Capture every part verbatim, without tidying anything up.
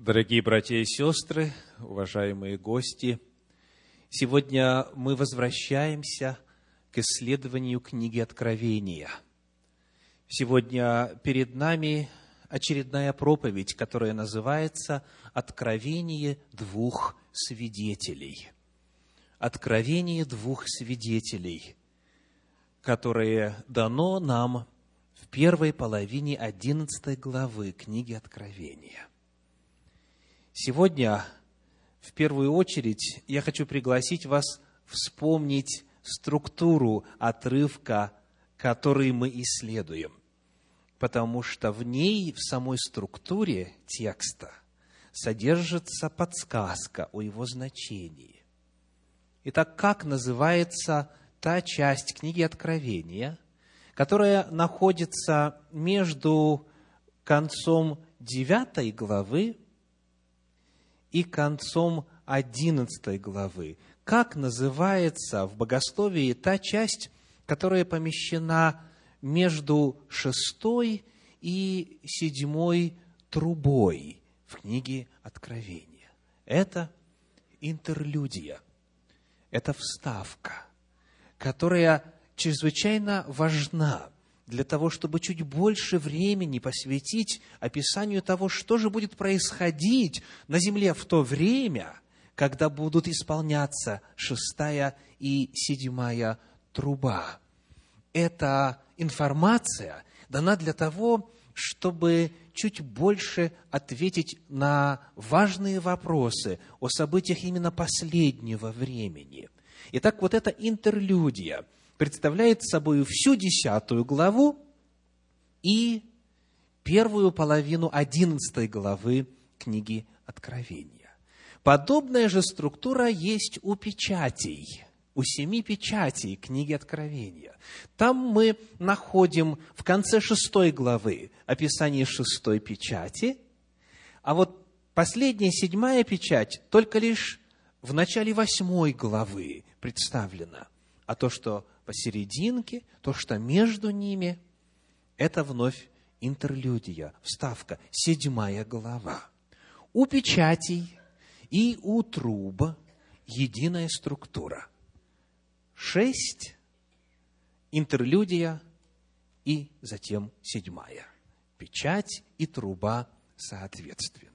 Дорогие братья и сестры, уважаемые гости, сегодня мы возвращаемся к исследованию книги Откровения. Сегодня перед нами очередная проповедь, которая называется «Откровение двух свидетелей». Откровение двух свидетелей, которое дано нам в первой половине одиннадцатой главы книги Откровения. Сегодня, в первую очередь, я хочу пригласить вас вспомнить структуру отрывка, который мы исследуем, потому что в ней, в самой структуре текста, содержится подсказка о его значении. Итак, как называется та часть книги Откровения, которая находится между концом девятой главы и концом одиннадцатой главы? Как называется в богословии та часть, которая помещена между шестой и седьмой трубой в книге Откровения? Это интерлюдия, это вставка, которая чрезвычайно важна для того, чтобы чуть больше времени посвятить описанию того, что же будет происходить на земле в то время, когда будут исполняться шестая и седьмая труба. Эта информация дана для того, чтобы чуть больше ответить на важные вопросы о событиях именно последнего времени. Итак, вот эта интерлюдия представляет собой всю десятую главу и первую половину одиннадцатой главы книги Откровения. Подобная же структура есть у печатей, у семи печатей книги Откровения. Там мы находим в конце шестой главы описание шестой печати, а вот последняя, седьмая печать только лишь в начале восьмой главы представлена. А то, что посерединке, то, что между ними, это вновь интерлюдия, вставка, седьмая глава. У печатей и у труб единая структура. Шесть, интерлюдия и затем седьмая. Печать и труба соответственно.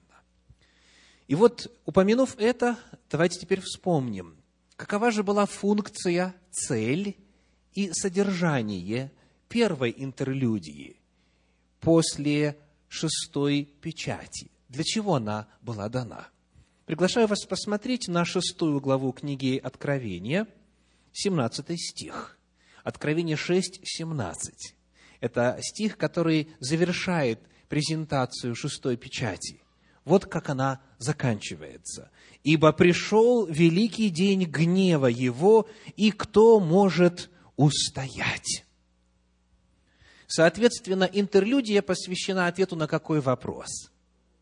И вот, упомянув это, давайте теперь вспомним, какова же была функция, цель и содержание первой интерлюдии после шестой печати. Для чего она была дана? Приглашаю вас посмотреть на шестую главу книги Откровения, семнадцатый стих. Откровение шесть, семнадцать. Это стих, который завершает презентацию шестой печати. Вот как она заканчивается. «Ибо пришел великий день гнева его, и кто может устоять?» Соответственно, интерлюдия посвящена ответу на какой вопрос?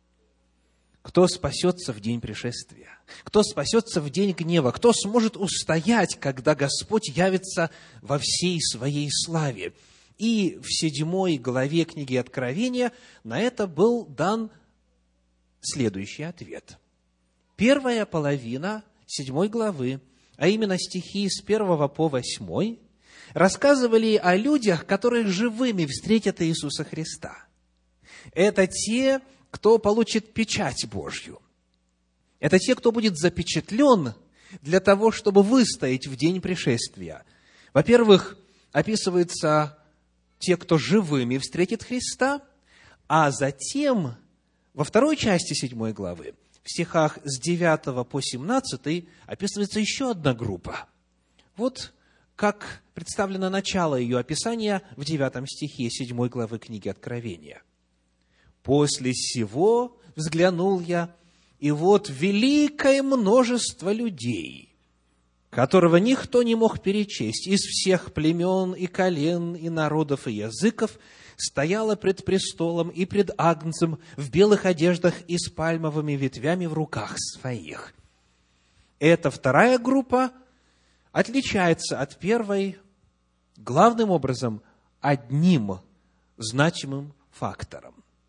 Кто спасется в день пришествия? Кто спасется в день гнева? Кто сможет устоять, когда Господь явится во всей своей славе? И в седьмой главе книги Откровения на это был дан следующий ответ. Первая половина седьмой главы, а именно стихи с первого по восьмой, рассказывали о людях, которые живыми встретят Иисуса Христа. Это те, кто получит печать Божью. Это те, кто будет запечатлен для того, чтобы выстоять в день пришествия. Во-первых, описываются те, кто живыми встретит Христа, а затем во второй части седьмой главы, в стихах с девятого по семнадцатый, описывается еще одна группа. Вот как представлено начало ее описания в девятом стихе седьмой главы книги Откровения. «После сего взглянул я, и вот великое множество людей, которого никто не мог перечесть, из всех племен и колен, и народов, и языков, стояла пред престолом и пред Агнцем в белых одеждах и с пальмовыми ветвями в руках своих». Эта вторая группа отличается от первой главным образом одним значимым фактором.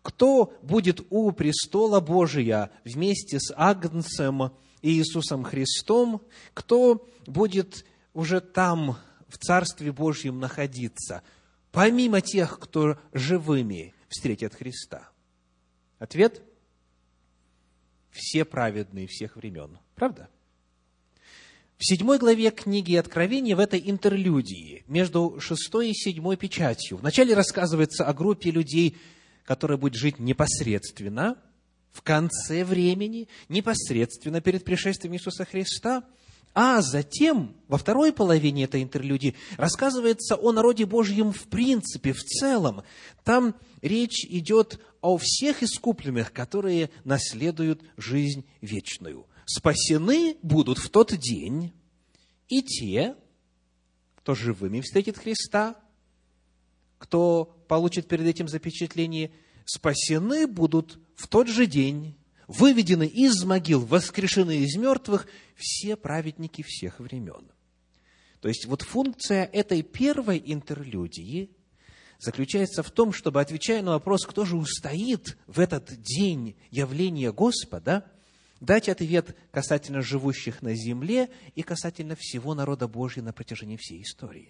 кто будет у престола Божия вместе с Агнцем и Иисусом Христом, кто будет уже там, в Царстве Божьем, находиться, помимо тех, кто живыми встретят Христа? Ответ – все праведные всех времен. Правда? В седьмой главе книги Откровения, в этой интерлюдии, между шестой и седьмой печатью, вначале рассказывается о группе людей, которая будет жить непосредственно, в конце времени, непосредственно перед пришествием Иисуса Христа, а затем, во второй половине этой интерлюдии, рассказывается о народе Божьем в принципе, в целом. Там речь идет о всех искупленных, которые наследуют жизнь вечную. Спасены будут в тот день и те, кто живыми встретит Христа, кто получит перед этим запечатление, спасены будут в тот же день, выведены из могил, воскрешены из мертвых все праведники всех времен. То есть, вот функция этой первой интерлюдии заключается в том, чтобы, отвечая на вопрос, кто же устоит в этот день явления Господа, дать ответ касательно живущих на земле и касательно всего народа Божьего на протяжении всей истории.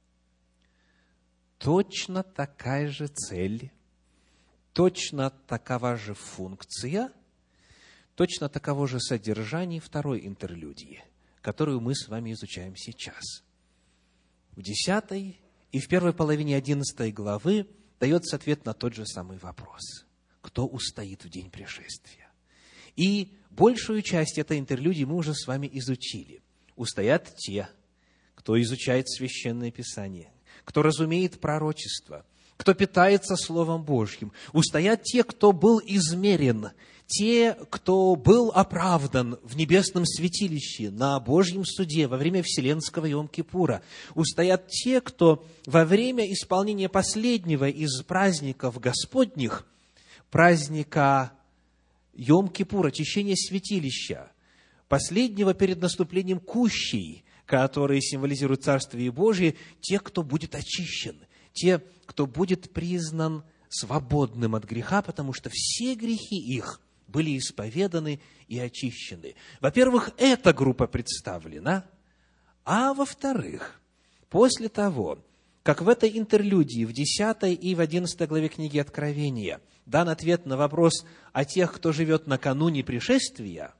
Точно такая же цель, точно такова же функция, точно таково же содержание второй интерлюдии, которую мы с вами изучаем сейчас. В десятой и в первой половине одиннадцатой главы дается ответ на тот же самый вопрос. Кто устоит в день пришествия? И большую часть этой интерлюдии мы уже с вами изучили. Устоят те, кто изучает Священное Писание, кто разумеет пророчество, кто питается Словом Божьим. Устоят те, кто был измерен, те, кто был оправдан в небесном святилище, на Божьем суде во время Вселенского Йом-Кипура. Устоят те, кто во время исполнения последнего из праздников Господних, праздника Йом-Кипур, очищение святилища, последнего перед наступлением Кущей, который символизирует Царствие Божие, те, кто будет очищен, те, кто будет признан свободным от греха, потому что все грехи их были исповеданы и очищены. Во-первых, эта группа представлена, а во-вторых, после того, как в этой интерлюдии, в десятой и в одиннадцатой главе книги Откровения, дан ответ на вопрос о тех, кто живет накануне пришествия,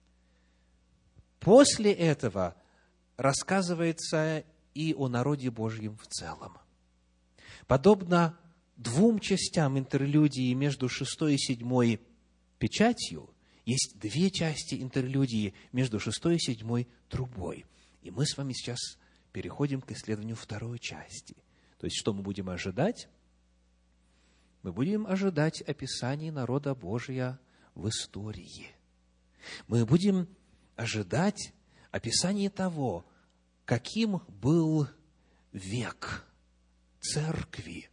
после этого рассказывается и о народе Божьем в целом. Подобно двум частям интерлюдии между шестой и седьмой печатью, есть две части интерлюдии между шестой и седьмой трубой. И мы с вами сейчас переходим к исследованию второй части. То есть, что мы будем ожидать? Мы будем ожидать описания народа Божия в истории. Мы будем ожидать описания того, каким был век церкви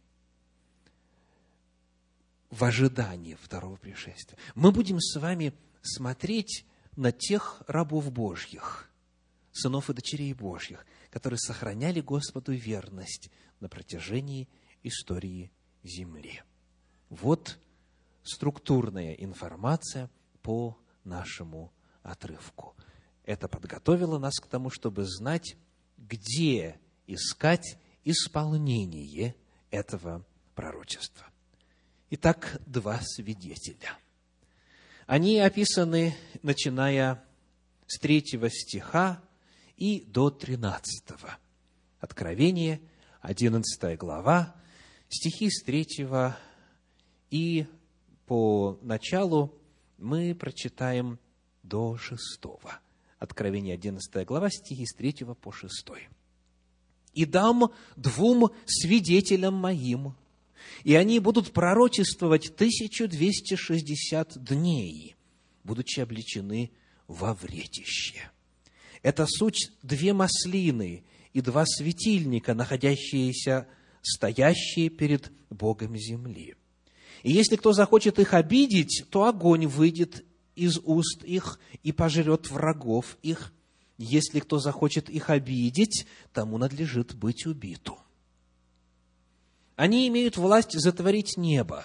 в ожидании второго пришествия. Мы будем с вами смотреть на тех рабов Божьих, сынов и дочерей Божьих, которые сохраняли Господу верность на протяжении истории земли. Вот структурная информация по нашему отрывку. Это подготовило нас к тому, чтобы знать, где искать исполнение этого пророчества. Итак, два свидетеля. Они описаны, начиная с третьего стиха и до тринадцатого. Откровение, одиннадцатая глава, стихи с третьего и по началу мы прочитаем до шестого. Откровение, одиннадцатая глава, стихи с третьего по шестой. «И дам двум свидетелям моим, и они будут пророчествовать тысячу двести шестьдесят дней, будучи облечены во вретище. Это суть две маслины и два светильника, находящиеся, стоящие перед Богом земли. И если кто захочет их обидеть, то огонь выйдет из уст их и пожрет врагов их. Если кто захочет их обидеть, тому надлежит быть убиту. Они имеют власть затворить небо,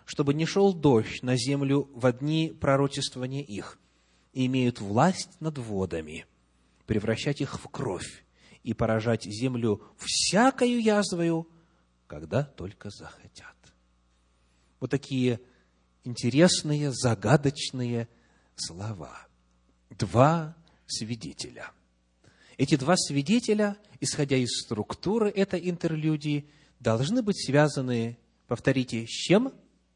чтобы не шел дождь на землю во дни пророчествования их, и имеют власть над водами, превращать их в кровь и поражать землю всякою язвою, когда только захотят». Вот такие интересные, загадочные слова. Два свидетеля. Эти два свидетеля, исходя из структуры этой интерлюдии, должны быть связаны, повторите, с чем?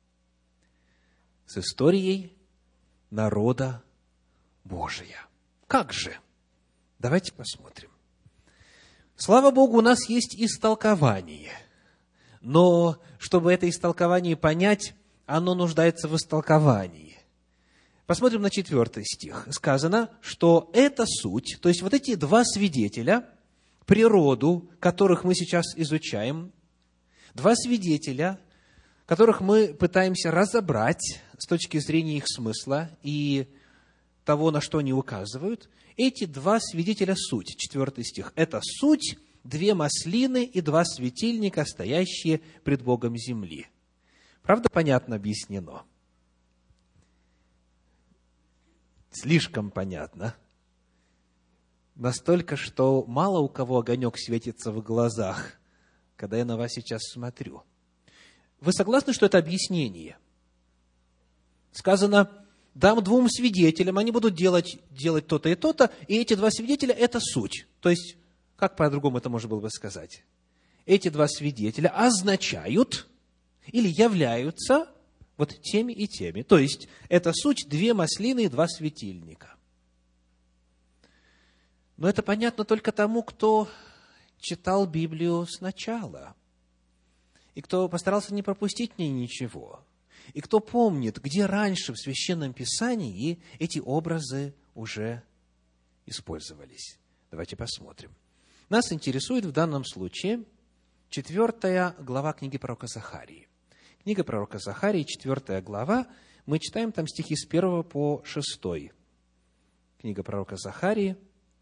С историей народа Божия. Как же? Давайте посмотрим. Слава Богу, у нас есть истолкование. Но чтобы это истолкование понять, оно нуждается в истолковании. Посмотрим на четвертый стих. Сказано, что это суть, то есть вот эти два свидетеля, природу которых мы сейчас изучаем, два свидетеля, которых мы пытаемся разобрать с точки зрения их смысла и того, на что они указывают, эти два свидетеля суть. Четвертый стих. Это суть две маслины и два светильника, стоящие пред Богом земли. Правда, понятно объяснено? Слишком понятно. Настолько, что мало у кого огонек светится в глазах, когда я на вас сейчас смотрю. Вы согласны, что это объяснение? Сказано, дам двум свидетелям, они будут делать, делать то-то и то-то, и эти два свидетеля – это суть. То есть, как по-другому это можно было бы сказать? Эти два свидетеля означают или являются вот теми и теми. То есть, это суть две маслины и два светильника. Но это понятно только тому, кто читал Библию сначала, и кто постарался не пропустить в ней ничего, и кто помнит, где раньше в Священном Писании эти образы уже использовались. Давайте посмотрим. Нас интересует в данном случае четвертая глава книги пророка Захарии. Книга пророка Захарии, четвертая глава, мы читаем там стихи с первого по шестой. Книга пророка Захарии,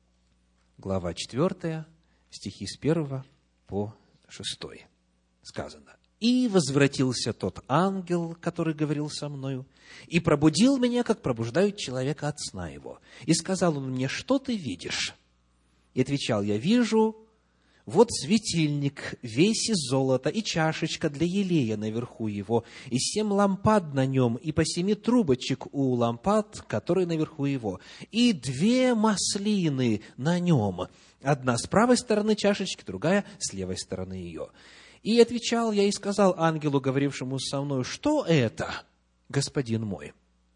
глава четвертая, стихи с первого по шестой. Сказано: «И возвратился тот ангел, который говорил со мною, и пробудил меня, как пробуждают человека от сна его. И сказал он мне: что ты видишь? И отвечал я: вижу, вот светильник весь из золота, и чашечка для елея наверху его, и семь лампад на нем, и по семи трубочек у лампад, которые наверху его, и две маслины на нем, одна с правой стороны чашечки, другая с левой стороны ее. И отвечал я и сказал ангелу, говорившему со мною: что это, господин мой?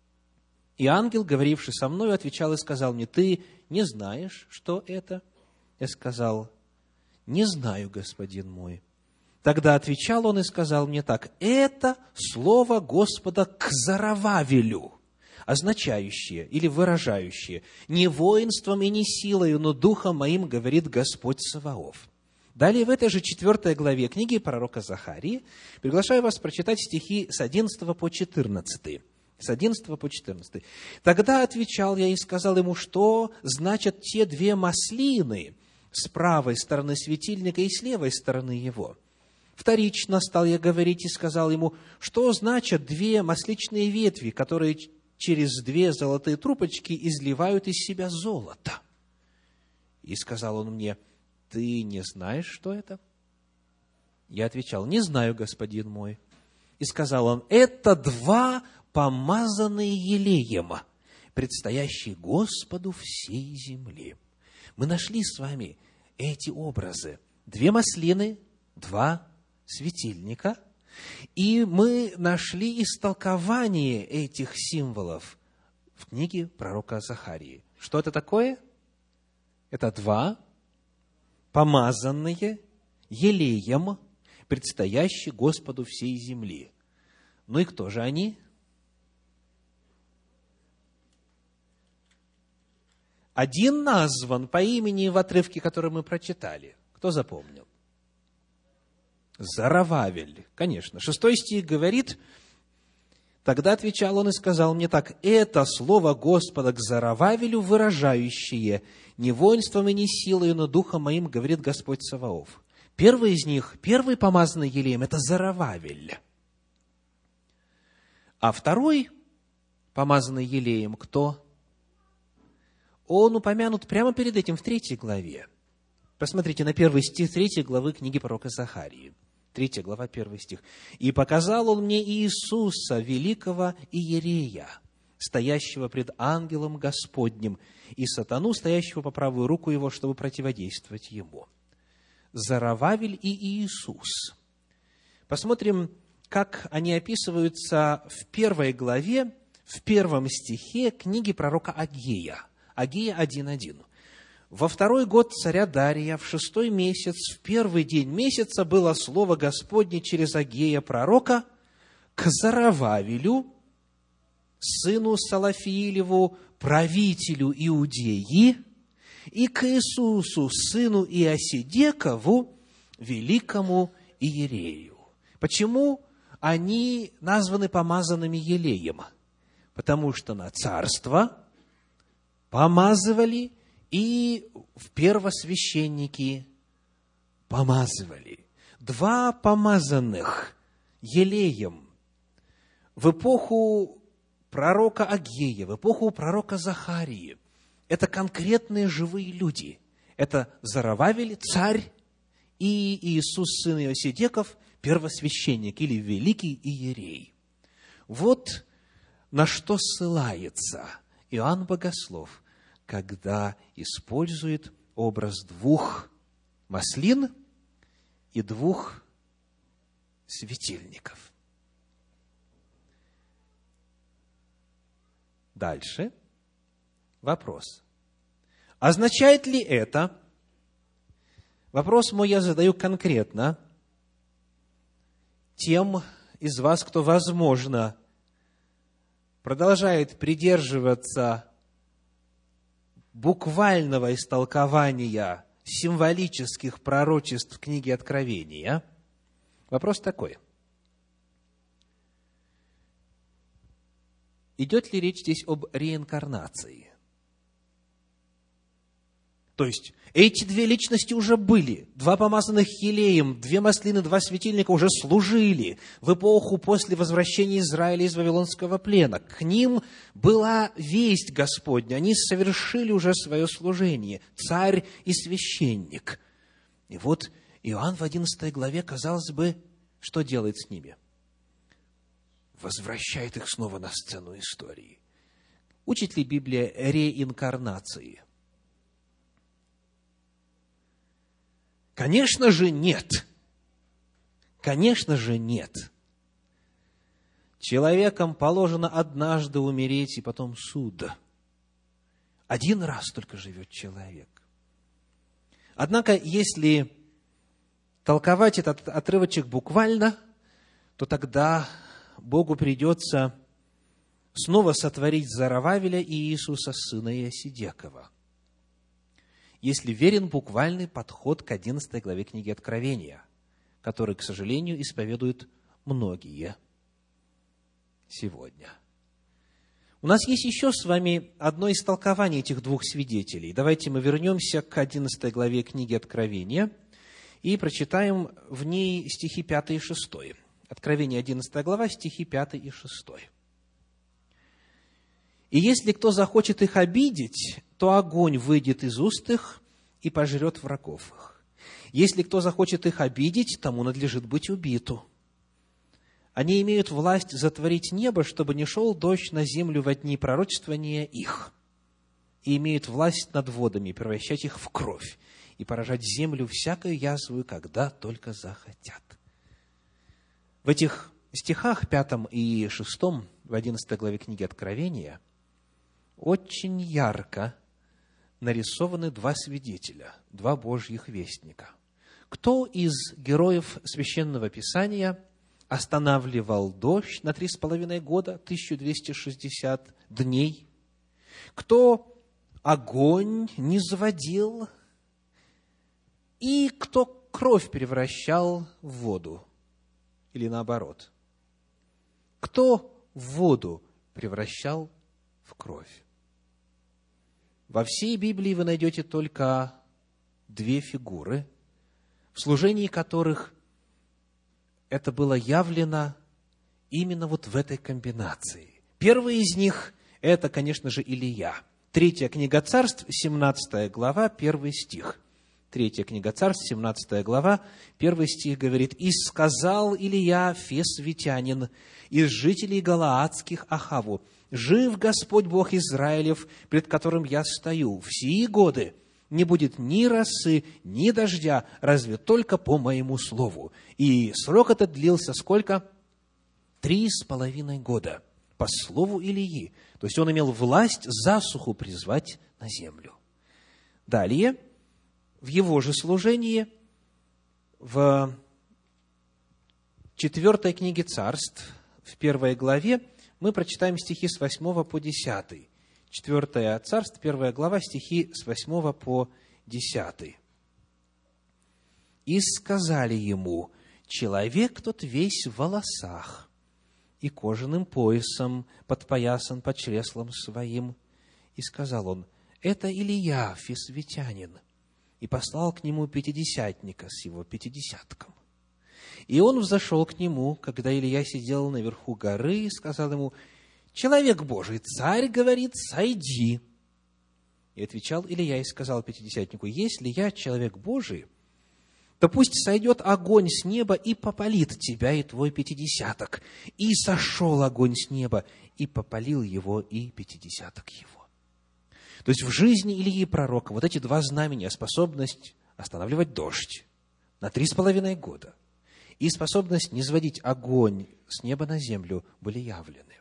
И ангел, говоривший со мною, отвечал и сказал мне: ты не знаешь, что это? Я сказал: не знаю, господин мой. Тогда отвечал он и сказал мне так: это слово Господа к Зоровавелю, означающее или выражающее: не воинством и не силою, но духом моим, говорит Господь Саваоф. Далее в этой же четвертой главе книги пророка Захарии приглашаю вас прочитать стихи с одиннадцатого по четырнадцатый. С одиннадцатого по четырнадцатый. Тогда отвечал я и сказал ему: что значат те две маслины с правой стороны светильника и с левой стороны его? Вторично стал я говорить и сказал ему: что значат две масличные ветви, которые через две золотые трубочки изливают из себя золото? И сказал он мне: ты не знаешь, что это? Я отвечал: не знаю, господин мой. И сказал он: это два помазанные елеем, предстоящие Господу всей земли. Мы нашли с вами эти образы. Две маслины, два светильника. И мы нашли истолкование этих символов в книге пророка Захарии. Что это такое? Это два помазанные елеем, предстоящие Господу всей земли. Ну и кто же они? Один назван по имени в отрывке, который мы прочитали. Кто запомнил? Зоровавель. Конечно. Шестой стих говорит: тогда отвечал он и сказал мне так: это слово Господа к Зоровавелю, выражающее: не воинством и не силою, но духом моим, говорит Господь Саваоф. Первый из них, первый помазанный елеем, это Зоровавель. А второй, помазанный елеем, кто? Он упомянут прямо перед этим в третьей главе. Посмотрите на первый стих третьей главы книги пророка Захарии. Третья глава, первый стих. «И показал он мне Иисуса, великого иерея, стоящего пред ангелом Господним, и сатану, стоящего по правую руку его, чтобы противодействовать ему». Зарававель и Иисус. Посмотрим, как они описываются в первой главе, в первом стихе книги пророка Агея. Агея один один. «Во второй год царя Дария, в шестой месяц, в первый день месяца было слово Господне через Агея пророка к Зарававелю, сыну Салафиилеву, правителю Иудеи, и к Иисусу, сыну Иосидекову, великому иерею». Почему они названы помазанными елеем? Потому что на царство помазывали и в первосвященники помазывали. Два помазанных елеем в эпоху пророка Агея, в эпоху пророка Захарии – это конкретные живые люди. Это Зарававель, царь, и Иисус, сын Иосидеков, первосвященник или великий иерей. Вот на что ссылается Иоанн Богослов, когда использует образ двух маслин и двух светильников. Дальше вопрос. Означает ли это, вопрос мой я задаю конкретно тем из вас, кто, возможно, продолжает придерживаться буквального истолкования символических пророчеств книги Откровения. Вопрос такой. Идет ли речь здесь об реинкарнации? То есть, эти две личности уже были. Два помазанных елеем, две маслины, два светильника уже служили в эпоху после возвращения Израиля из Вавилонского плена. К ним была весть Господня. Они совершили уже свое служение. Царь и священник. И вот Иоанн в одиннадцатой главе, казалось бы, что делает с ними? Возвращает их снова на сцену истории. Учит ли Библия реинкарнации? Конечно же, нет. Конечно же, нет. Человеком положено однажды умереть, и потом суд. Один раз только живет человек. Однако, если толковать этот отрывочек буквально, то тогда Богу придется снова сотворить Зарававеля и Иисуса, сына Иосидекова, если верен буквальный подход к одиннадцатой главе книги Откровения, который, к сожалению, исповедуют многие сегодня. У нас есть еще с вами одно из толкований этих двух свидетелей. Давайте мы вернемся к одиннадцатой главе книги Откровения и прочитаем в ней стихи пятый и шестой. Откровение, одиннадцатая глава, стихи пятый и шестой. «И если кто захочет их обидеть, то огонь выйдет из уст их и пожрет врагов их. Если кто захочет их обидеть, тому надлежит быть убиту. Они имеют власть затворить небо, чтобы не шел дождь на землю во дни пророчествования их, и имеют власть над водами, превращать их в кровь, и поражать землю всякою язвою, когда только захотят». В этих стихах, пятом и шестом, в одиннадцатой главе книги Откровения, очень ярко нарисованы два свидетеля, два Божьих вестника. Кто из героев Священного Писания останавливал дождь на три с половиной года, тысяча двести шестьдесят дней? Кто огонь не заводил? И кто кровь превращал в воду? Или наоборот? Кто воду превращал в кровь? Во всей Библии вы найдете только две фигуры, в служении которых это было явлено именно вот в этой комбинации. Первый из них – это, конечно же, Илия. Третья книга Царств, семнадцатая глава, первый стих. Третья книга Царств, семнадцатая глава, первый стих говорит: «И сказал Илия Фесвитянин из жителей Галаадских Ахаву: жив Господь Бог Израилев, пред которым я стою, в сии годы не будет ни росы, ни дождя, разве только по моему слову». И срок этот длился сколько? Три с половиной года. По слову Илии. То есть он имел власть засуху призвать на землю. Далее, в его же служении, в четвертой книге Царств, в первой главе, мы прочитаем стихи с восьмого по десятый. Четвертая Царств, первая глава, стихи с восьмого по десятый. «И сказали ему: человек тот весь в волосах, и кожаным поясом подпоясан под чреслом своим. И сказал он: это Илия, фесвитянин. И послал к нему пятидесятника с его пятидесятком. И он взошел к нему, когда Илия сидел наверху горы, и сказал ему: человек Божий, царь говорит, сойди. И отвечал Илия и сказал пятидесятнику: если я человек Божий, то пусть сойдет огонь с неба и попалит тебя и твой пятидесяток. И сошел огонь с неба, и попалил его и пятидесяток его. То есть в жизни Илии пророка вот эти два знамения, способность останавливать дождь на три с половиной года и способность низводить огонь с неба на землю, были явлены.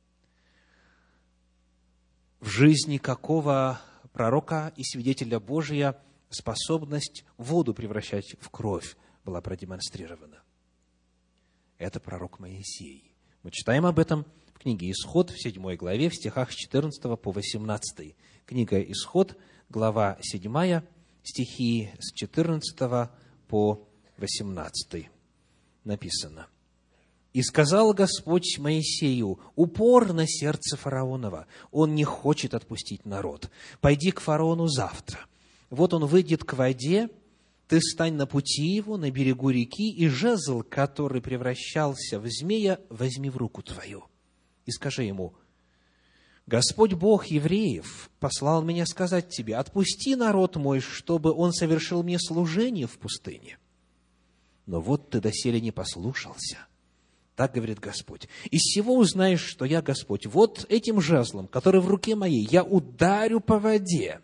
В жизни какого пророка и свидетеля Божия способность воду превращать в кровь была продемонстрирована? Это пророк Моисей. Мы читаем об этом в книге «Исход» в седьмой главе, в стихах с четырнадцатого по восемнадцатый. Книга «Исход», глава седьмая, стихи с четырнадцатого по восемнадцатый. Написано: «И сказал Господь Моисею: упор на сердце фараонова, он не хочет отпустить народ. Пойди к фараону завтра. Вот он выйдет к воде, ты стань на пути его, на берегу реки, и жезл, который превращался в змея, возьми в руку твою. И скажи ему: Господь Бог евреев послал меня сказать тебе: отпусти народ мой, чтобы он совершил мне служение в пустыне. Но вот ты доселе не послушался. Так говорит Господь. Из сего узнаешь, что я Господь. Вот этим жезлом, который в руке моей, я ударю по воде,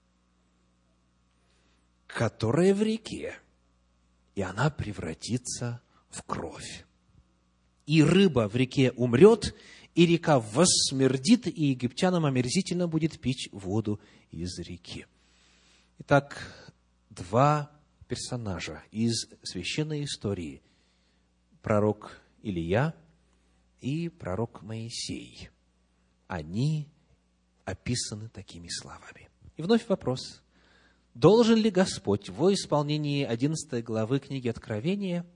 которая в реке, и она превратится в кровь. И рыба в реке умрет, и река воссмердит, и египтянам омерзительно будет пить воду из реки». Итак, два персонажа из священной истории: пророк Илия и пророк Моисей. Они описаны такими словами. И вновь вопрос: должен ли Господь во исполнении одиннадцатой главы книги Откровения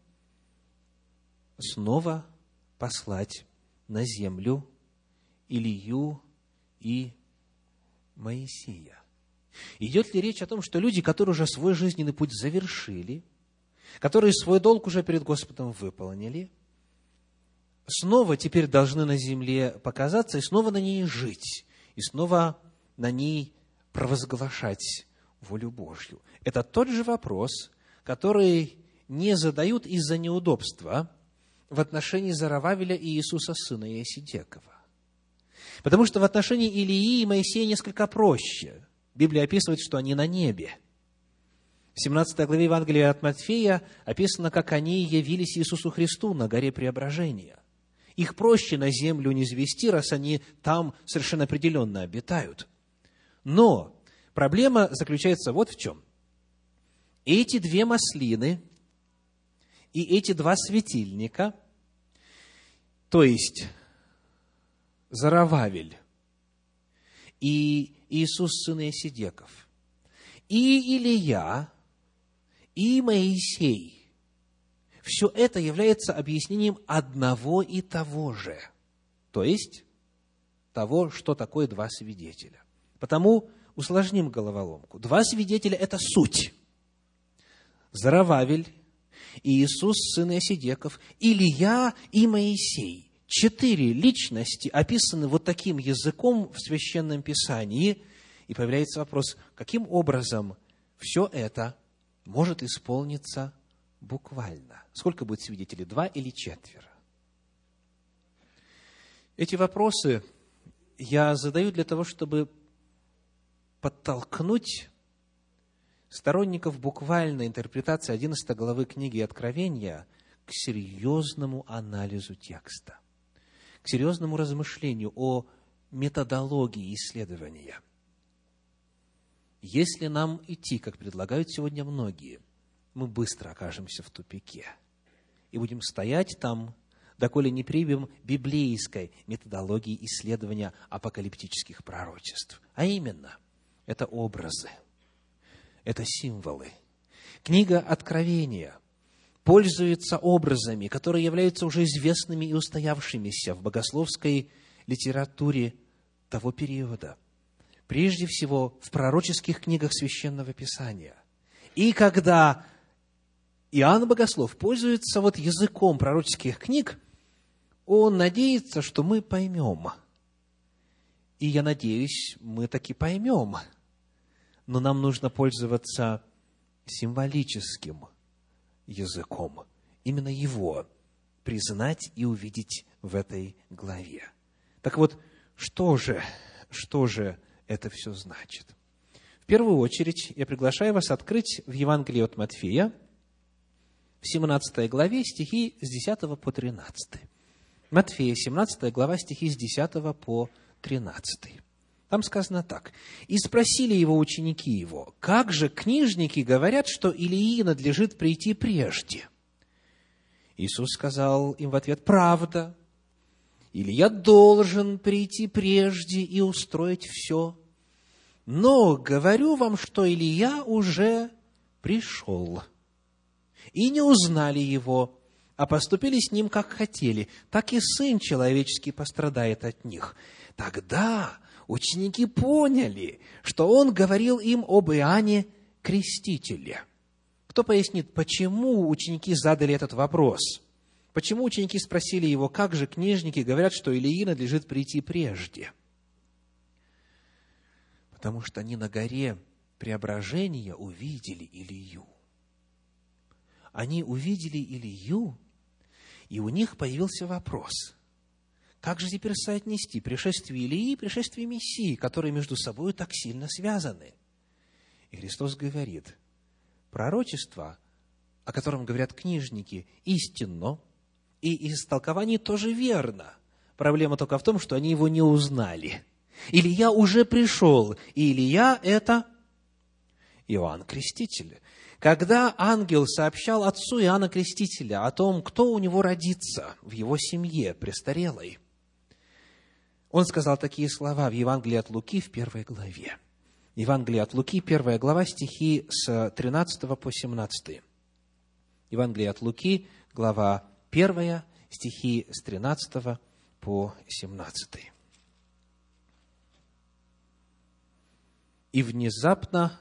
снова послать на землю Илию и Моисея? Идет ли речь о том, что люди, которые уже свой жизненный путь завершили, которые свой долг уже перед Господом выполнили, снова теперь должны на земле показаться и снова на ней жить, и снова на ней провозглашать волю Божью? Это тот же вопрос, который не задают из-за неудобства в отношении Зарававеля и Иисуса, сына Иосидекова. Потому что в отношении Илии и Моисея несколько проще. Библия описывает, что они на небе. В семнадцатой главе Евангелия от Матфея описано, как они явились Иисусу Христу на горе Преображения. Их проще на землю низвести, раз они там совершенно определенно обитают. Но проблема заключается вот в чем. Эти две маслины и эти два светильника, то есть Зарававель и Иисус, сын Иосидеков, и Илия, и Моисей, все это является объяснением одного и того же, то есть того, что такое два свидетеля. Потому усложним головоломку. Два свидетеля – это суть. Зарававель и Иисус, сын Иосидеков, Илия и Моисей. четыре личности описаны вот таким языком в Священном Писании, и появляется вопрос, каким образом все это может исполниться буквально? Сколько будет свидетелей, два или четверо? Эти вопросы я задаю для того, чтобы подтолкнуть сторонников буквальной интерпретации одиннадцатой главы книги Откровения к серьезному анализу текста, к серьезному размышлению о методологии исследования. Если нам идти, как предлагают сегодня многие, мы быстро окажемся в тупике и будем стоять там, доколе не примем библейской методологии исследования апокалиптических пророчеств. А именно, это образы, это символы. Книга Откровения пользуется образами, которые являются уже известными и устоявшимися в богословской литературе того периода. Прежде всего, в пророческих книгах Священного Писания. И когда Иоанн Богослов пользуется вот языком пророческих книг, он надеется, что мы поймем. И я надеюсь, мы таки поймем. Но нам нужно пользоваться символическим языком. Именно его признать и увидеть в этой главе. Так вот, что же, что же это все значит? В первую очередь, я приглашаю вас открыть в Евангелии от Матфея, в семнадцатой главе, стихи с десятого по тринадцатый. Матфея, семнадцатая глава, стихи с десятого по тринадцатый. Там сказано так. «И спросили его ученики его, как же книжники говорят, что Илии надлежит прийти прежде?» Иисус сказал им в ответ: «Правда, Илия должен прийти прежде и устроить все. Но говорю вам, что Илия уже пришел. И не узнали его, а поступили с ним, как хотели. Так и Сын Человеческий пострадает от них». Тогда ученики поняли, что он говорил им об Иоанне Крестителе. Кто пояснит, почему ученики задали этот вопрос? Почему ученики спросили его, как же книжники говорят, что Илии надлежит прийти прежде? Потому что они на горе преображения увидели Илию. Они увидели Илию, и у них появился вопрос: как же теперь соотнести пришествие Илии и пришествие Мессии, которые между собой так сильно связаны? И Христос говорит: пророчество, о котором говорят книжники, истинно, и истолкование тоже верно. Проблема только в том, что они его не узнали. Илия уже пришел, и Илия – это Иоанн Креститель. Когда ангел сообщал отцу Иоанна Крестителя о том, кто у него родится в его семье престарелой, он сказал такие слова в Евангелии от Луки в первой главе. Евангелие от Луки, первая глава, стихи с тринадцатого по семнадцатый. Евангелие от Луки, глава первая, стихи с тринадцатого по семнадцатый. «И внезапно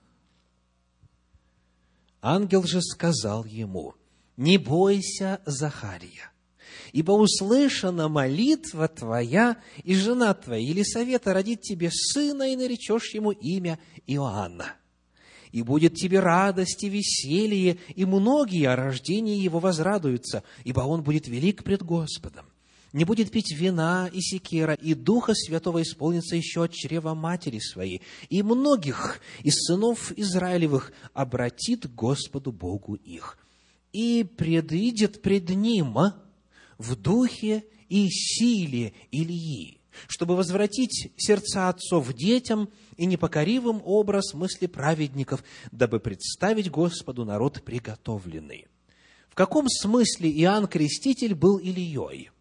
ангел же сказал ему: не бойся, Захария, ибо услышана молитва твоя, и жена твоя Елисавета родит тебе сына, и наречешь ему имя Иоанна. И будет тебе радость и веселье, и многие о рождении его возрадуются, ибо он будет велик пред Господом. Не будет пить вина и секера, и Духа Святого исполнится еще от чрева матери своей, и многих из сынов Израилевых обратит к Господу Богу их. И предидет пред ним в духе и силе Илии, чтобы возвратить сердца отцов детям и непокоривым образ мысли праведников, дабы представить Господу народ приготовленный». В каком смысле Иоанн Креститель был Илией?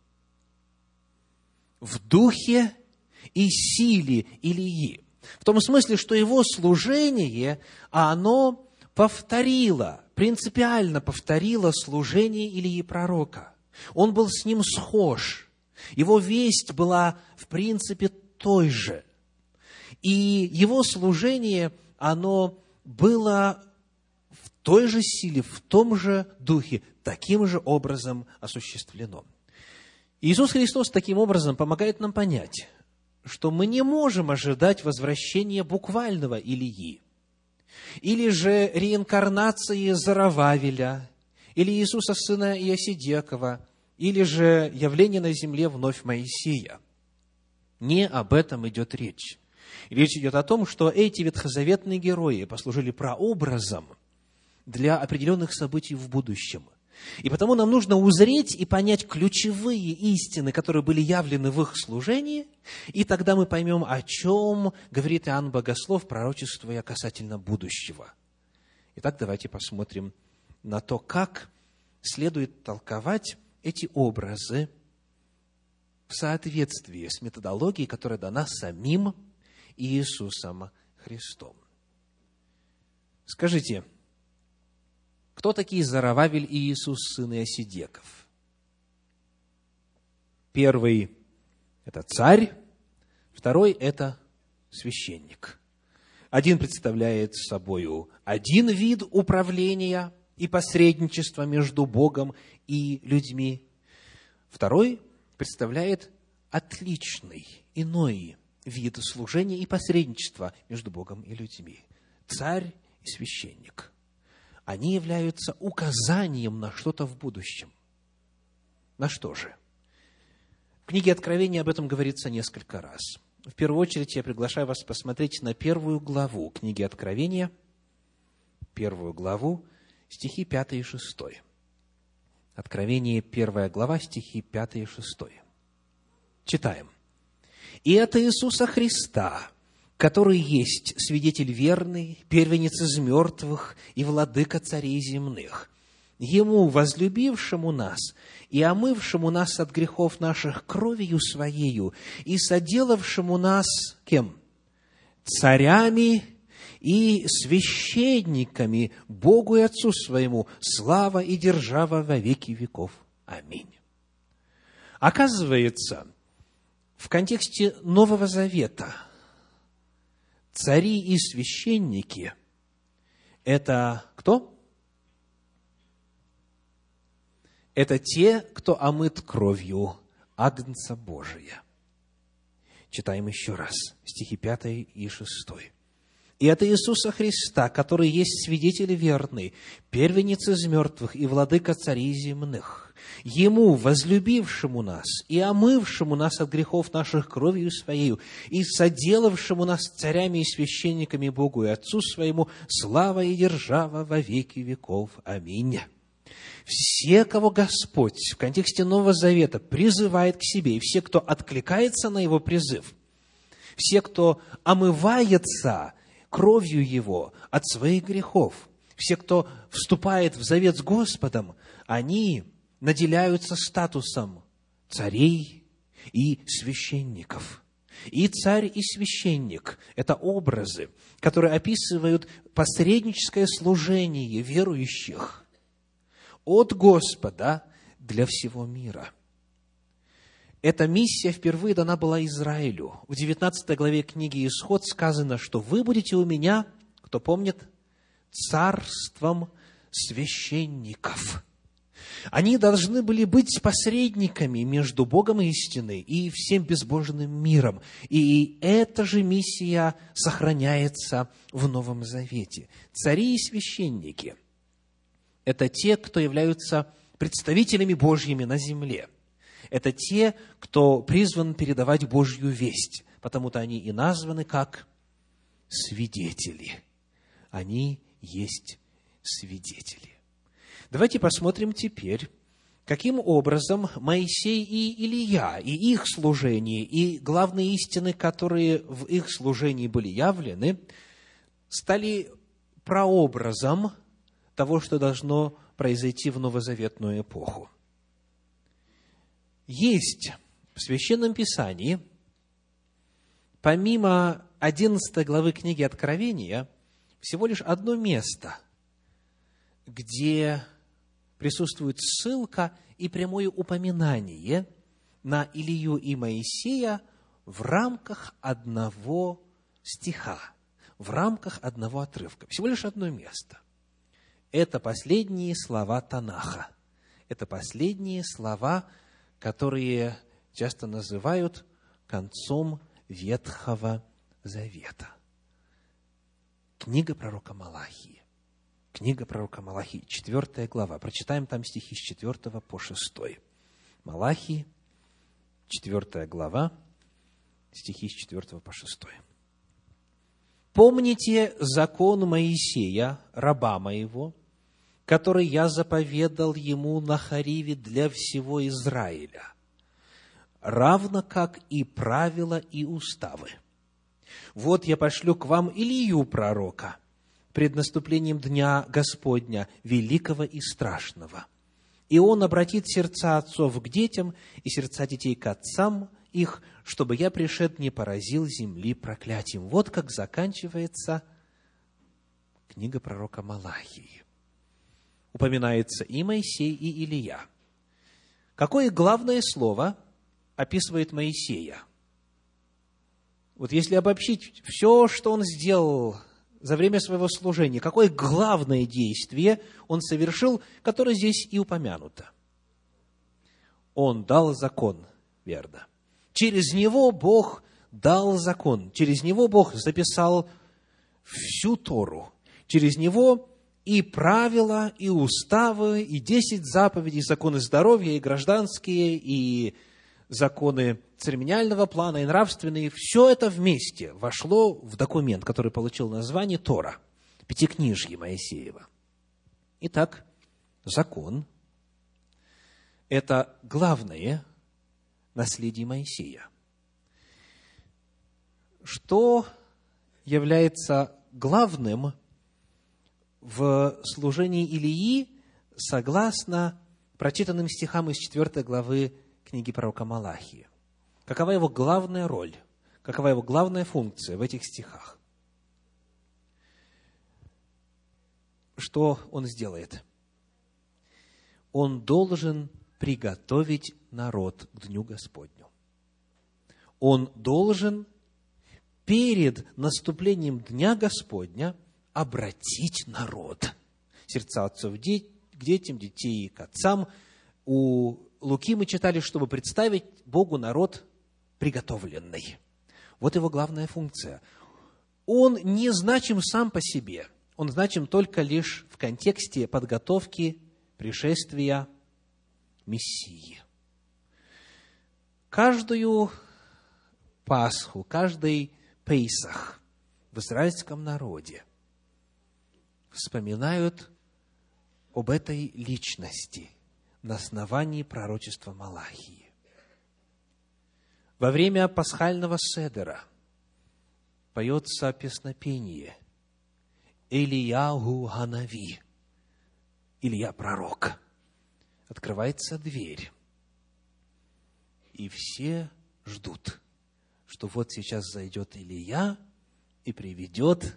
В духе и силе Илии. В том смысле, что его служение, оно повторило, принципиально повторило служение Илии пророка. Он был с ним схож. Его весть была, в принципе, той же. И его служение, оно было в той же силе, в том же духе, таким же образом осуществлено. Иисус Христос таким образом помогает нам понять, что мы не можем ожидать возвращения буквального Илии, или же реинкарнации Зарававеля, или Иисуса сына Иосидекова, или же явления на земле вновь Моисея. Не об этом идет речь. Речь идет о том, что эти ветхозаветные герои послужили прообразом для определенных событий в будущем. И потому нам нужно узреть и понять ключевые истины, которые были явлены в их служении, и тогда мы поймем, о чем говорит Иоанн Богослов, пророчествуя касательно будущего. Итак, давайте посмотрим на то, как следует толковать эти образы в соответствии с методологией, которая дана самим Иисусом Христом. Скажите, кто такие Зарававель и Иисус, сын Иосидеков? Первый – это царь, второй – это священник. Один представляет собою один вид управления и посредничества между Богом и людьми. Второй представляет отличный, иной вид служения и посредничества между Богом и людьми. Царь и священник. Они являются указанием на что-то в будущем. На что же? В книге Откровения об этом говорится несколько раз. В первую очередь я приглашаю вас посмотреть на первую главу книги Откровения, первую главу, стихи пятый и шестой. Откровение, первая глава, стихи пятый и шестой. Читаем. «И от Иисуса Христа, который есть свидетель верный, первенец из мертвых и владыка царей земных, Ему, возлюбившему нас и омывшему нас от грехов наших кровью Своею и соделавшему нас, кем? Царями и священниками Богу и Отцу Своему, слава и держава во веки веков. Аминь». Оказывается, в контексте Нового Завета цари и священники – это кто? Это те, кто омыт кровью Агнца Божия. Читаем еще раз, стихи пятый и шестой. «И от Иисуса Христа, который есть свидетель верный, первенец из мертвых и владыка царей земных, Ему, возлюбившему нас и омывшему нас от грехов наших кровью Своею, и соделавшему нас царями и священниками Богу и Отцу Своему, слава и держава во веки веков. Аминь». Все, кого Господь в контексте Нового Завета призывает к себе, и все, кто откликается на Его призыв, все, кто омывается кровью Его от своих грехов, все, кто вступает в завет с Господом, они наделяются статусом царей и священников. И царь, и священник – это образы, которые описывают посредническое служение верующих от Господа для всего мира. Эта миссия впервые дана была Израилю. В девятнадцатой главе книги «Исход» сказано, что вы будете у меня, кто помнит, царством священников. Они должны были быть посредниками между Богом истины и всем безбожным миром. И эта же миссия сохраняется в Новом Завете. Цари и священники – это те, кто являются представителями Божьими на земле. Это те, кто призван передавать Божью весть, потому-то они и названы как свидетели. Они есть свидетели. Давайте посмотрим теперь, каким образом Моисей и Илия, и их служение, и главные истины, которые в их служении были явлены, стали прообразом того, что должно произойти в новозаветную эпоху. Есть в Священном Писании, помимо одиннадцатой главы книги Откровения, всего лишь одно место, где присутствует ссылка и прямое упоминание на Илию и Моисея в рамках одного стиха, в рамках одного отрывка. Всего лишь одно место. Это последние слова Танаха. Это последние слова, которые часто называют концом Ветхого Завета. Книга пророка Малахии. Книга пророка Малахии, четвертая глава. Прочитаем там стихи с четвертого по шестой. Малахии, четвертая глава, стихи с четвертого по шестой. «Помните закон Моисея, раба моего, который я заповедал ему на Хориве для всего Израиля, равно как и правила и уставы. Вот я пошлю к вам Илию пророка пред наступлением дня Господня, великого и страшного. И он обратит сердца отцов к детям и сердца детей к отцам их, чтобы я, пришед, не поразил земли проклятием». Вот как заканчивается книга пророка Малахии. Упоминается и Моисей, и Илия. Какое главное слово описывает Моисея? Вот если обобщить все, что он сделал за время своего служения, какое главное действие он совершил, которое здесь и упомянуто? Он дал закон, верно. Через него Бог дал закон, через него Бог записал всю Тору, через него и правила, и уставы, и десять заповедей, законы здоровья, и гражданские, и законы церемониального плана, и нравственные. Все это вместе вошло в документ, который получил название Тора, Пятикнижье Моисеева. Итак, закон – это главное наследие Моисея. Что является главным в служении Илии, согласно прочитанным стихам из четвёртой главы книги пророка Малахии? Какова его главная роль? Какова его главная функция в этих стихах? Что он сделает? Он должен приготовить народ к Дню Господню. Он должен перед наступлением Дня Господня обратить народ. Сердца отцов к детям, детей к отцам. У Луки мы читали, чтобы представить Богу народ приготовленный. Вот его главная функция. Он не значим сам по себе. Он значим только лишь в контексте подготовки пришествия Мессии. Каждую Пасху, каждый Пейсах в израильском народе вспоминают об этой личности на основании пророчества Малахии. Во время пасхального седера поется песнопение «Элияху Ханави», Илия пророк. Открывается дверь, и все ждут, что вот сейчас зайдет Илия и приведет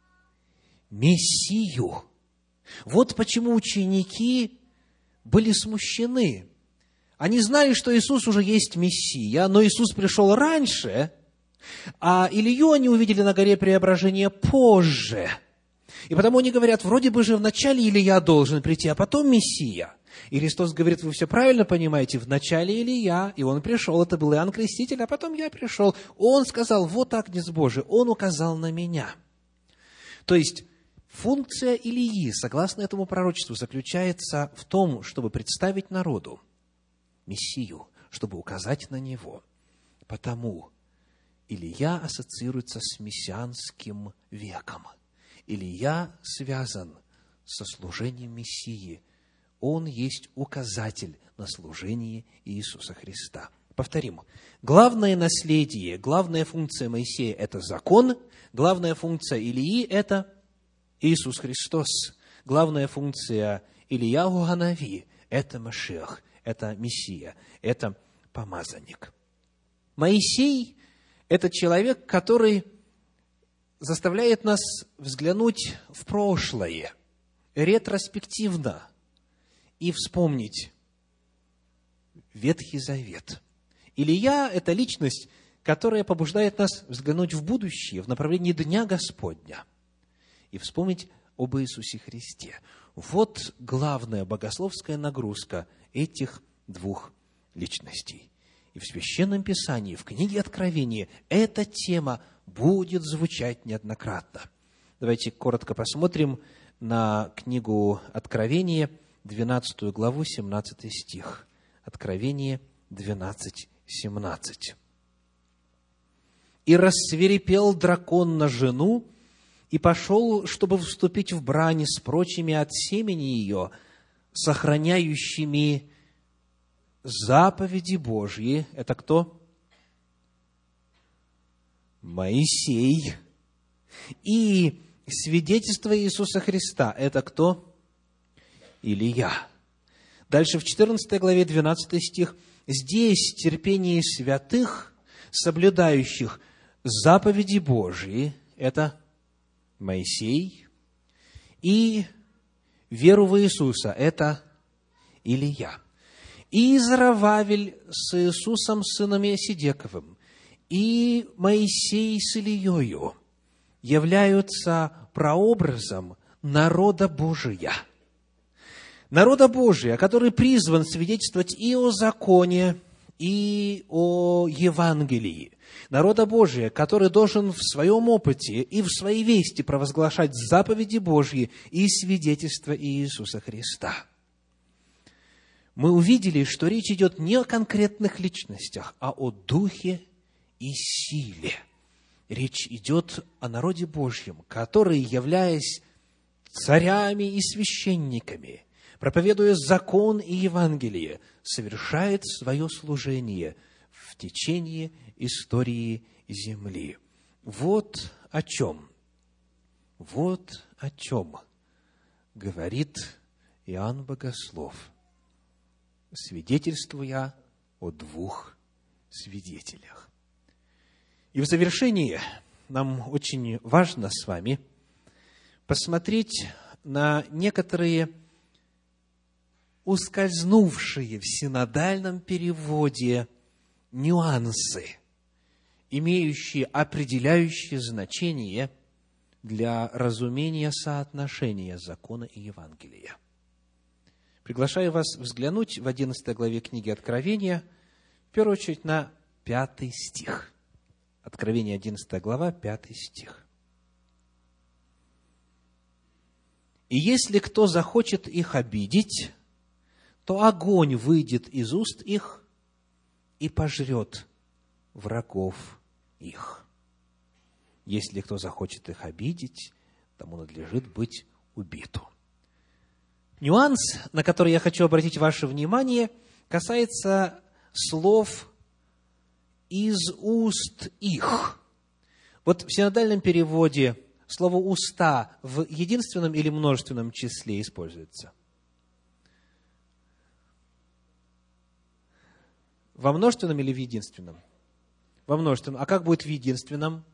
Мессию. Вот почему ученики были смущены. Они знали, что Иисус уже есть Мессия, но Иисус пришел раньше, а Илью они увидели на горе Преображения позже. И потому они говорят, вроде бы же вначале Илия должен прийти, а потом Мессия. И Христос говорит, вы все правильно понимаете, вначале Илия, и он пришел, это был Иоанн Креститель, а потом я пришел. Он сказал, вот Агнец Божий, он указал на меня. То есть, функция Илии, согласно этому пророчеству, заключается в том, чтобы представить народу Мессию, чтобы указать на него. Потому Илия ассоциируется с мессианским веком. Илия связан со служением Мессии. Он есть указатель на служение Иисуса Христа. Повторим. Главное наследие, главная функция Моисея – это закон. Главная функция Илии – это Иисус Христос. Главная функция Илияху Ханави – это Машиах, это Мессия, это помазанник. Моисей – это человек, который заставляет нас взглянуть в прошлое, ретроспективно, и вспомнить Ветхий Завет. Илия – это личность, которая побуждает нас взглянуть в будущее, в направлении Дня Господня, и вспомнить об Иисусе Христе. Вот главная богословская нагрузка этих двух личностей. И в Священном Писании, в книге Откровения, эта тема будет звучать неоднократно. Давайте коротко посмотрим на книгу Откровения, двенадцатую главу, семнадцатый стих. Откровение двенадцать, семнадцать. «И рассвирепел дракон на жену, и пошел, чтобы вступить в брань с прочими от семени ее, сохраняющими заповеди Божьи». Это кто? Моисей. И свидетельство Иисуса Христа. Это кто? Илия. Дальше в четырнадцатой главе, двенадцатый стих. «Здесь терпение святых, соблюдающих заповеди Божьи». Это Моисей. И веру в Иисуса. Это Илия. И Изрававель с Иисусом, сыном Иосидековым, и Моисей с Илиею являются прообразом народа Божия. Народа Божия, который призван свидетельствовать и о законе, и о Евангелии. Народа Божия, который должен в своем опыте и в своей вести провозглашать заповеди Божьи и свидетельство Иисуса Христа. Мы увидели, что речь идет не о конкретных личностях, а о духе и силе. Речь идет о народе Божьем, который, являясь царями и священниками, проповедуя закон и Евангелие, совершает свое служение в течение истории земли. Вот о чем, вот о чем говорит Иоанн Богослов, свидетельствуя о двух свидетелях. И в завершении нам очень важно с вами посмотреть на некоторые ускользнувшие в синодальном переводе нюансы, имеющие определяющее значение для разумения соотношения закона и Евангелия. Приглашаю вас взглянуть в одиннадцатой главе книги Откровения, в первую очередь на пятый стих. Откровение, одиннадцатая глава, пятый стих. «И если кто захочет их обидеть, то огонь выйдет из уст их и пожрет врагов их. Если кто захочет их обидеть, тому надлежит быть убиту». Нюанс, на который я хочу обратить ваше внимание, касается слов «из уст их». Вот в синодальном переводе слово «уста» в единственном или множественном числе используется? Во множественном или в единственном? Во множественном. А как будет в единственном?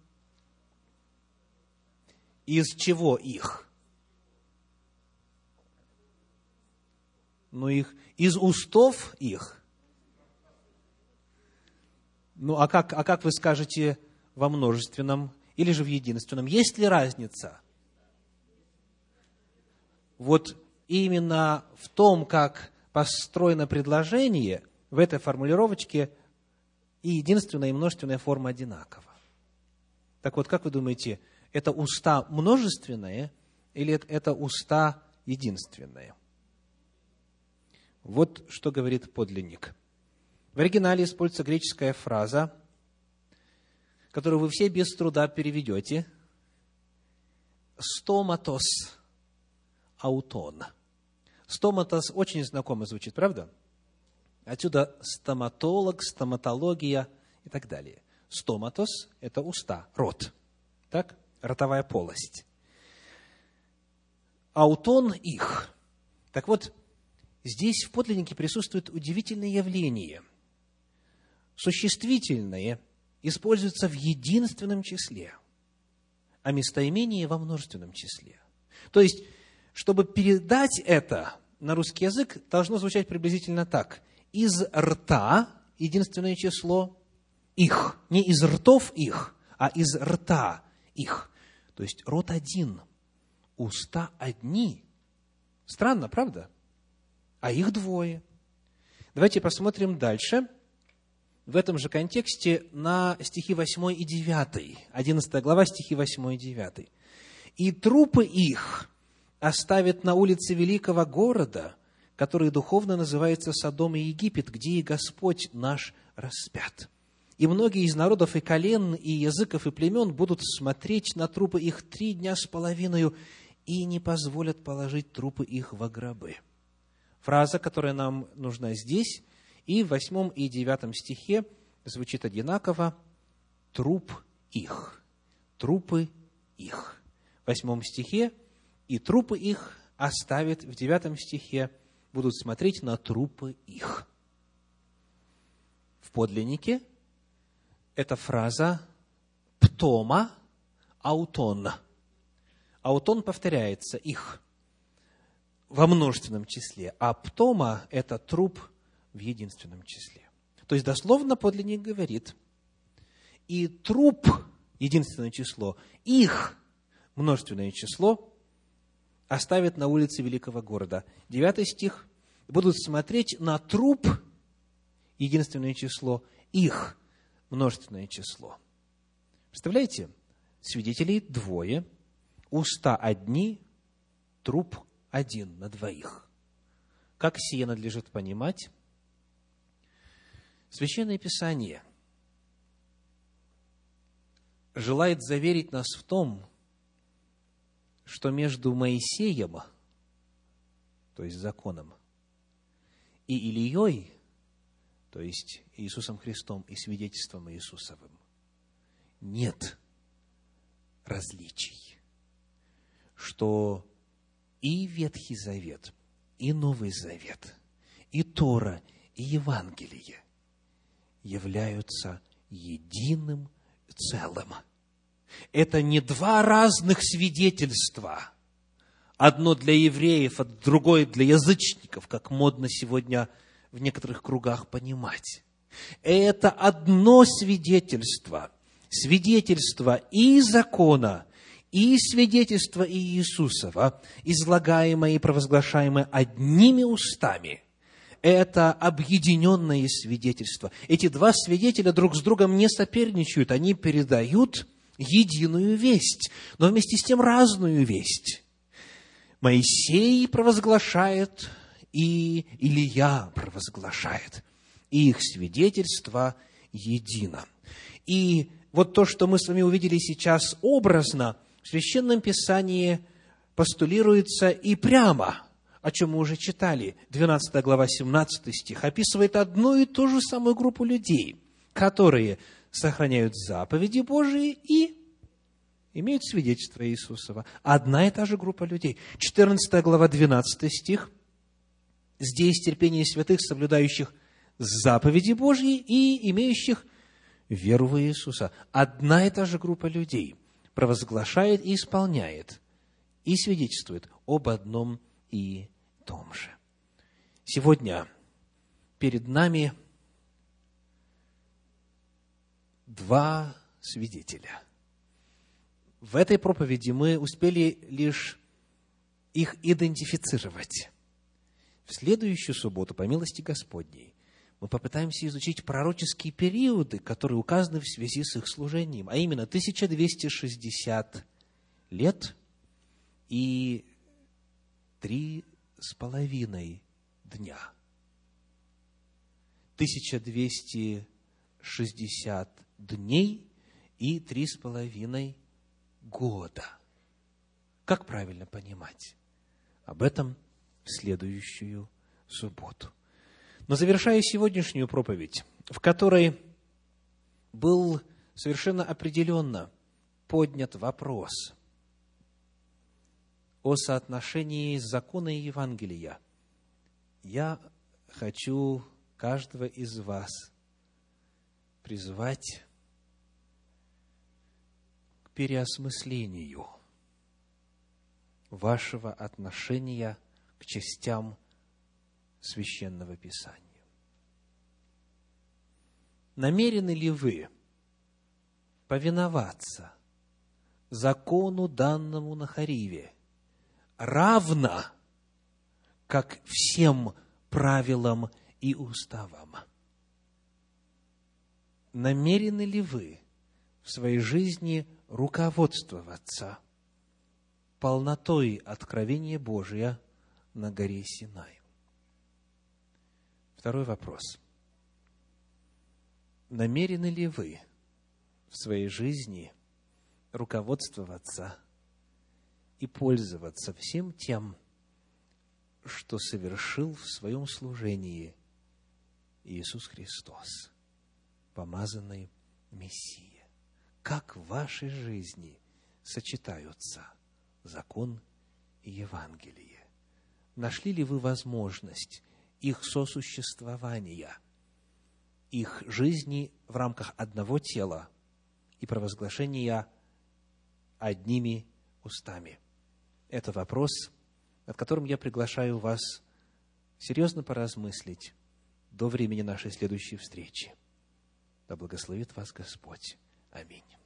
Из чего их? Ну, их из устов их. Ну, а как, а как вы скажете во множественном или же в единственном? Есть ли разница? Вот именно в том, как построено предложение, в этой формулировочке и единственная, и множественная форма одинакова. Так вот, как вы думаете, это уста множественные или это уста единственные? Вот что говорит подлинник. В оригинале используется греческая фраза, которую вы все без труда переведете. Стоматос аутон. Стоматос очень знакомо звучит, правда? Отсюда стоматолог, стоматология и так далее. Стоматос – это уста, рот. Так? Ротовая полость. Аутон – их. Так вот, здесь в подлиннике присутствует удивительное явление. Существительное используется в единственном числе, а местоимение во множественном числе. То есть, чтобы передать это на русский язык, должно звучать приблизительно так. Из рта, единственное число, их. Не из ртов их, а из рта их. То есть, рот один, уста одни. Странно, правда? А их двое. Давайте посмотрим дальше, в этом же контексте, на стихи восьмой и девятый. одиннадцатая глава, стихи восьмой и девятый. «И трупы их оставят на улице великого города, который духовно называется Содом и Египет, где и Господь наш распят. И многие из народов и колен, и языков, и племен будут смотреть на трупы их три дня с половиною и не позволят положить трупы их во гробы». Фраза, которая нам нужна здесь, и в восьмом и девятом стихе звучит одинаково: «труп их», «трупы их». В восьмом стихе «и трупы их оставят», в девятом стихе будут смотреть на трупы их. В подлиннике эта фраза «птома аутон». Аутон повторяется, их, во множественном числе, а птома – это труп в единственном числе. То есть, дословно подлинник говорит: и труп, единственное число, их, множественное число, оставят на улице великого города. Девятый стих. Будут смотреть на труп, единственное число, их, множественное число. Представляете? Свидетелей двое, уста одни, труп один на двоих. Как сие надлежит понимать? Священное Писание желает заверить нас в том, что между Моисеем, то есть законом, и Илией, то есть Иисусом Христом и свидетельством Иисусовым, нет различий, что и Ветхий Завет, и Новый Завет, и Тора, и Евангелие являются единым целым. Это не два разных свидетельства, одно для евреев, а другое для язычников, как модно сегодня в некоторых кругах понимать. Это одно свидетельство, свидетельство и закона, и свидетельство Иисусова, излагаемое и провозглашаемое одними устами. Это объединенное свидетельство. Эти два свидетеля друг с другом не соперничают, они передают единую весть, но вместе с тем разную весть. Моисей провозглашает, и Илия провозглашает. И их свидетельство едино. И вот то, что мы с вами увидели сейчас образно, в Священном Писании постулируется и прямо, о чем мы уже читали. двенадцатая глава, семнадцатый стих описывает одну и ту же самую группу людей, которые сохраняют заповеди Божии и имеют свидетельство Иисусова. Одна и та же группа людей. четырнадцатая глава, двенадцатый стих. Здесь терпение святых, соблюдающих заповеди Божьи и имеющих веру в Иисуса. Одна и та же группа людей провозглашает и исполняет, и свидетельствует об одном и том же. Сегодня перед нами два свидетеля. В этой проповеди мы успели лишь их идентифицировать. В следующую субботу, по милости Господней, мы попытаемся изучить пророческие периоды, которые указаны в связи с их служением, а именно тысяча двести шестьдесят лет и три с половиной дня. тысяча двести шестьдесят дней и три с половиной года. Как правильно понимать? Об этом в следующую субботу. Но завершая сегодняшнюю проповедь, в которой был совершенно определенно поднят вопрос о соотношении закона и Евангелия, я хочу каждого из вас призвать к переосмыслению вашего отношения к частям Священного Писания. Намерены ли вы повиноваться закону, данному на Хориве, равно как всем правилам и уставам. Намерены ли вы в своей жизни руководствоваться полнотой откровения Божия на горе Синай? Второй вопрос. Намерены ли вы в своей жизни руководствоваться и пользоваться всем тем, что совершил в своем служении Иисус Христос, помазанный Мессия? Как в вашей жизни сочетаются закон и Евангелие? Нашли ли вы возможность их сосуществования, их жизни в рамках одного тела и провозглашения одними устами? Это вопрос, над которым я приглашаю вас серьезно поразмыслить до времени нашей следующей встречи. Да благословит вас Господь. Аминь.